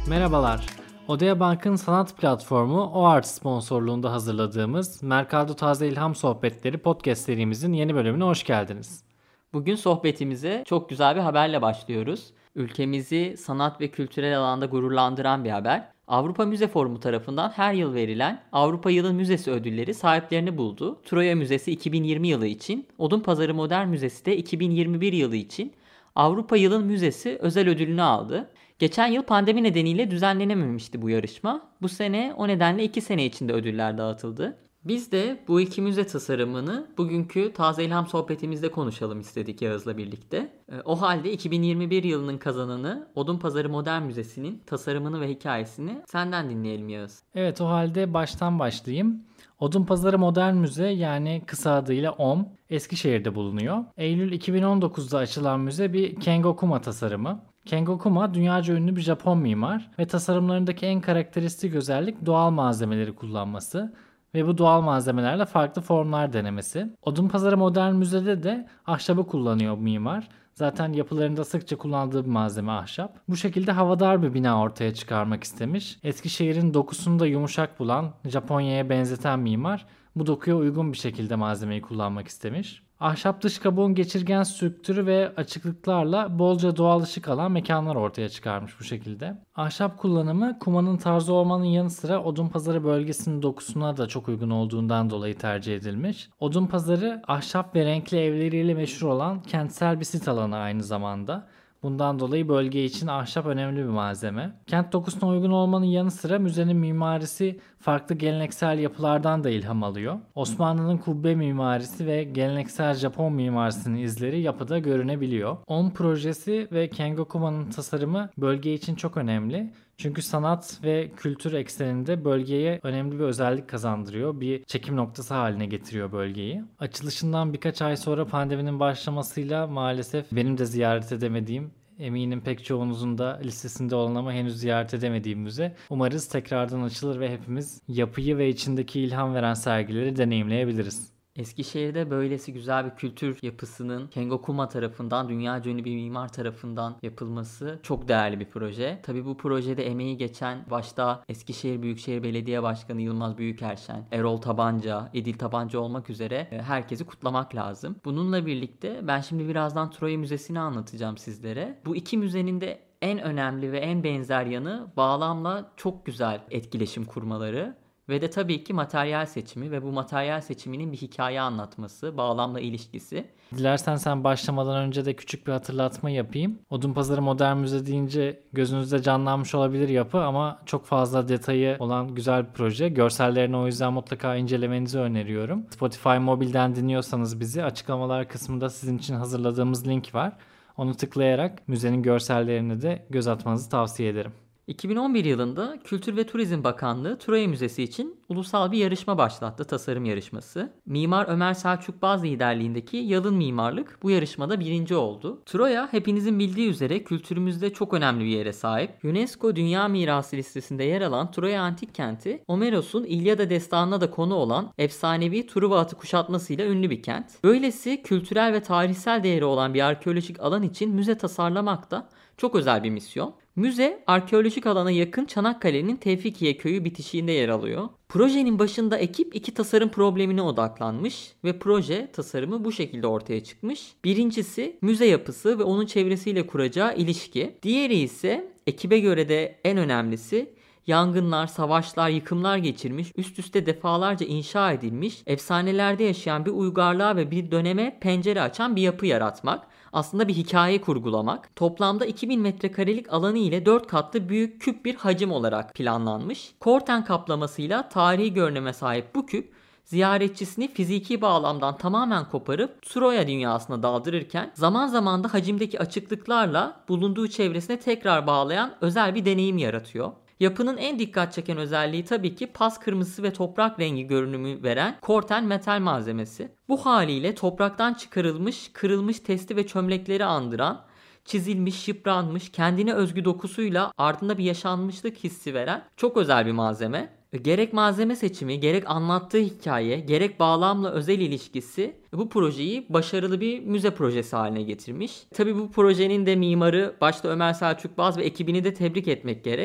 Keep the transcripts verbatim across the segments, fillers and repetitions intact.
Merhabalar. Odea Bank'ın sanat platformu OART sponsorluğunda hazırladığımız Mercado Taze İlham Sohbetleri podcast serimizin yeni bölümüne hoş geldiniz. Bugün sohbetimize çok güzel bir haberle başlıyoruz. Ülkemizi sanat ve kültürel alanda gururlandıran bir haber. Avrupa Müze Forumu tarafından her yıl verilen Avrupa Yılın Müzesi ödülleri sahiplerini buldu. Troya Müzesi iki bin yirmi yılı için, Odunpazarı Modern Müzesi de iki bin yirmi bir yılı için Avrupa Yılın Müzesi özel ödülünü aldı. Geçen yıl pandemi nedeniyle düzenlenememişti bu yarışma. Bu sene o nedenle iki sene içinde ödüller dağıtıldı. Biz de bu iki müze tasarımını bugünkü Taze İlham sohbetimizde konuşalım istedik Yağız'la birlikte. O halde iki bin yirmi bir yılının kazananı Odunpazarı Modern Müzesi'nin tasarımını ve hikayesini senden dinleyelim Yağız. Evet, o halde baştan başlayayım. Odunpazarı Modern Müze, yani kısa adıyla O M, Eskişehir'de bulunuyor. Eylül iki bin on dokuzda açılan müze bir Kengo Kuma tasarımı. Kengo Kuma dünyaca ünlü bir Japon mimar ve tasarımlarındaki en karakteristik özellik doğal malzemeleri kullanması ve bu doğal malzemelerle farklı formlar denemesi. Odunpazarı Modern Müze'de de ahşabı kullanıyor mimar. Zaten yapılarında sıkça kullandığı bir malzeme ahşap. Bu şekilde havadar bir bina ortaya çıkarmak istemiş. Eskişehir'in dokusunu da yumuşak bulan, Japonya'ya benzeten mimar bu dokuya uygun bir şekilde malzemeyi kullanmak istemiş. Ahşap dış kabuğun geçirgen strüktürü ve açıklıklarla bolca doğal ışık alan mekanlar ortaya çıkarmış bu şekilde. Ahşap kullanımı kumanın tarzı olmanın yanı sıra Odunpazarı bölgesinin dokusuna da çok uygun olduğundan dolayı tercih edilmiş. Odunpazarı ahşap ve renkli evleriyle meşhur olan kentsel bir sit alanı aynı zamanda. Bundan dolayı bölge için ahşap önemli bir malzeme. Kent dokusuna uygun olmanın yanı sıra müzenin mimarisi farklı geleneksel yapılardan da ilham alıyor. Osmanlı'nın kubbe mimarisi ve geleneksel Japon mimarisinin izleri yapıda görünebiliyor. O M projesi ve Kengo Kuma'nın tasarımı bölge için çok önemli. Çünkü sanat ve kültür ekseninde bölgeye önemli bir özellik kazandırıyor. Bir çekim noktası haline getiriyor bölgeyi. Açılışından birkaç ay sonra pandeminin başlamasıyla maalesef benim de ziyaret edemediğim, eminim pek çoğunuzun da listesinde olan ama henüz ziyaret edemediğim müze. Umarız tekrardan açılır ve hepimiz yapıyı ve içindeki ilham veren sergileri deneyimleyebiliriz. Eskişehir'de böylesi güzel bir kültür yapısının Kengo Kuma tarafından, dünyaca ünlü bir mimar tarafından yapılması çok değerli bir proje. Tabii bu projede emeği geçen başta Eskişehir Büyükşehir Belediye Başkanı Yılmaz Büyükerşen, Erol Tabanca, Edil Tabanca olmak üzere herkesi kutlamak lazım. Bununla birlikte ben şimdi birazdan Troya Müzesi'ni anlatacağım sizlere. Bu iki müzenin de en önemli ve en benzer yanı bağlamla çok güzel etkileşim kurmaları. Ve de tabii ki materyal seçimi ve bu materyal seçiminin bir hikaye anlatması, bağlamla ilişkisi. Dilersen sen başlamadan önce de küçük bir hatırlatma yapayım. Odunpazarı Modern Müze deyince gözünüzde canlanmış olabilir yapı ama çok fazla detayı olan güzel bir proje. Görsellerini o yüzden mutlaka incelemenizi öneriyorum. Spotify mobilden dinliyorsanız bizi, açıklamalar kısmında sizin için hazırladığımız link var. Onu tıklayarak müzenin görsellerine de göz atmanızı tavsiye ederim. iki bin on bir yılında Kültür ve Turizm Bakanlığı Troya Müzesi için ulusal bir yarışma başlattı, tasarım yarışması. Mimar Ömer Selçuk Baz liderliğindeki Yalın Mimarlık bu yarışmada birinci oldu. Troya, hepinizin bildiği üzere kültürümüzde çok önemli bir yere sahip. UNESCO Dünya Mirası listesinde yer alan Troya Antik Kenti, Homeros'un İlyada destanına da konu olan efsanevi Truva atı kuşatmasıyla ünlü bir kent. Böylesi kültürel ve tarihsel değeri olan bir arkeolojik alan için müze tasarlamak da çok özel bir misyon. Müze, arkeolojik alana yakın Çanakkale'nin Tevfikiye köyü bitişiğinde yer alıyor. Projenin başında ekip iki tasarım problemine odaklanmış ve proje tasarımı bu şekilde ortaya çıkmış. Birincisi müze yapısı ve onun çevresiyle kuracağı ilişki. Diğeri ise ekibe göre de en önemlisi yangınlar, savaşlar, yıkımlar geçirmiş, üst üste defalarca inşa edilmiş, efsanelerde yaşayan bir uygarlığa ve bir döneme pencere açan bir yapı yaratmak. Aslında bir hikaye kurgulamak. Toplamda iki bin metrekarelik alanı ile dört katlı büyük küp bir hacim olarak planlanmış. Korten kaplamasıyla tarihi görünüme sahip bu küp, ziyaretçisini fiziki bağlamdan tamamen koparıp Troya dünyasına daldırırken zaman zaman da hacimdeki açıklıklarla bulunduğu çevresine tekrar bağlayan özel bir deneyim yaratıyor. Yapının en dikkat çeken özelliği tabii ki pas kırmızısı ve toprak rengi görünümü veren korten metal malzemesi. Bu haliyle topraktan çıkarılmış, kırılmış testi ve çömlekleri andıran, çizilmiş, yıpranmış, kendine özgü dokusuyla ardında bir yaşanmışlık hissi veren çok özel bir malzeme. Gerek malzeme seçimi, gerek anlattığı hikaye, gerek bağlamla özel ilişkisi bu projeyi başarılı bir müze projesi haline getirmiş. Tabii bu projenin de mimarı başta Ömer Selçuk Baz ve ekibini de tebrik etmek gerek.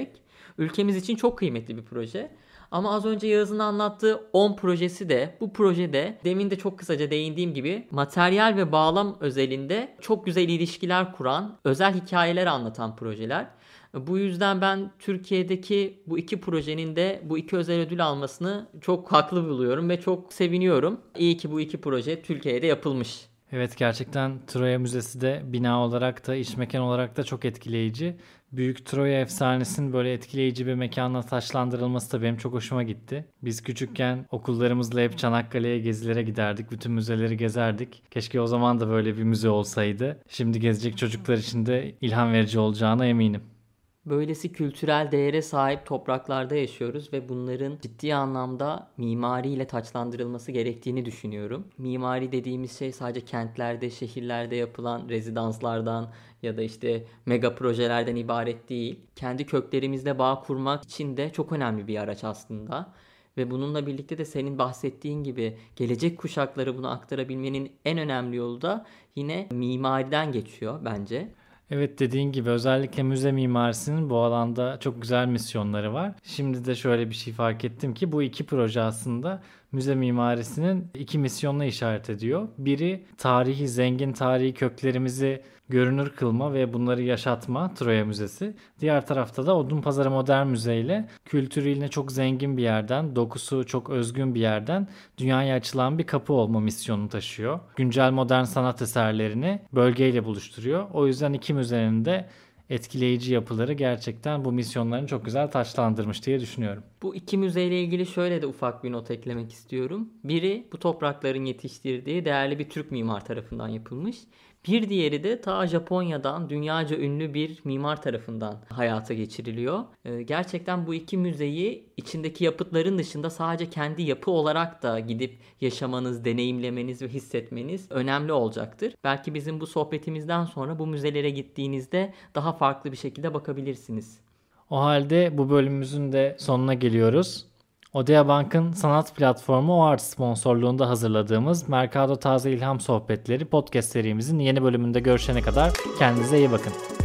Ülkemiz için çok kıymetli bir proje. Ama az önce Yağız'ın anlattığı on projesi de, bu projede demin de çok kısaca değindiğim gibi materyal ve bağlam özelinde çok güzel ilişkiler kuran, özel hikayeler anlatan projeler. Bu yüzden ben Türkiye'deki bu iki projenin de bu iki özel ödül almasını çok haklı buluyorum ve çok seviniyorum. İyi ki bu iki proje Türkiye'de yapılmış. Evet, gerçekten Troya Müzesi de bina olarak da iç mekan olarak da çok etkileyici. Büyük Troya efsanesinin böyle etkileyici bir mekanla taşlandırılması da benim çok hoşuma gitti. Biz küçükken okullarımızla hep Çanakkale'ye gezilere giderdik. Bütün müzeleri gezerdik. Keşke o zaman da böyle bir müze olsaydı. Şimdi gezecek çocuklar için de ilham verici olacağına eminim. Böylesi kültürel değere sahip topraklarda yaşıyoruz ve bunların ciddi anlamda mimariyle taçlandırılması gerektiğini düşünüyorum. Mimari dediğimiz şey sadece kentlerde, şehirlerde yapılan rezidanslardan ya da işte mega projelerden ibaret değil. Kendi köklerimizle bağ kurmak için de çok önemli bir araç aslında. Ve bununla birlikte de senin bahsettiğin gibi gelecek kuşaklara bunu aktarabilmenin en önemli yolu da yine mimariden geçiyor bence. Evet, dediğin gibi özellikle müze mimarisinin bu alanda çok güzel misyonları var. Şimdi de şöyle bir şey fark ettim ki bu iki proje aslında müze mimarisinin iki misyonuna işaret ediyor. Biri tarihi, zengin tarihi köklerimizi görünür kılma ve bunları yaşatma, Troya Müzesi. Diğer tarafta da Odunpazarı Modern Müze ile kültürüyle çok zengin bir yerden, dokusu çok özgün bir yerden dünyaya açılan bir kapı olma misyonunu taşıyor. Güncel modern sanat eserlerini bölgeyle buluşturuyor. O yüzden iki müzenin de etkileyici yapıları gerçekten bu misyonlarını çok güzel taçlandırmış diye düşünüyorum. Bu iki müzeyle ilgili şöyle de ufak bir not eklemek istiyorum. Biri bu toprakların yetiştirdiği değerli bir Türk mimar tarafından yapılmış. Bir diğeri de ta Japonya'dan dünyaca ünlü bir mimar tarafından hayata geçiriliyor. Ee, gerçekten bu iki müzeyi içindeki yapıtların dışında sadece kendi yapı olarak da gidip yaşamanız, deneyimlemeniz ve hissetmeniz önemli olacaktır. Belki bizim bu sohbetimizden sonra bu müzelere gittiğinizde daha farklı bir şekilde bakabilirsiniz. O halde bu bölümümüzün de sonuna geliyoruz. Odea Bank'ın sanat platformu OART sponsorluğunda hazırladığımız Mercado Taze İlham Sohbetleri podcast serimizin yeni bölümünde görüşene kadar kendinize iyi bakın.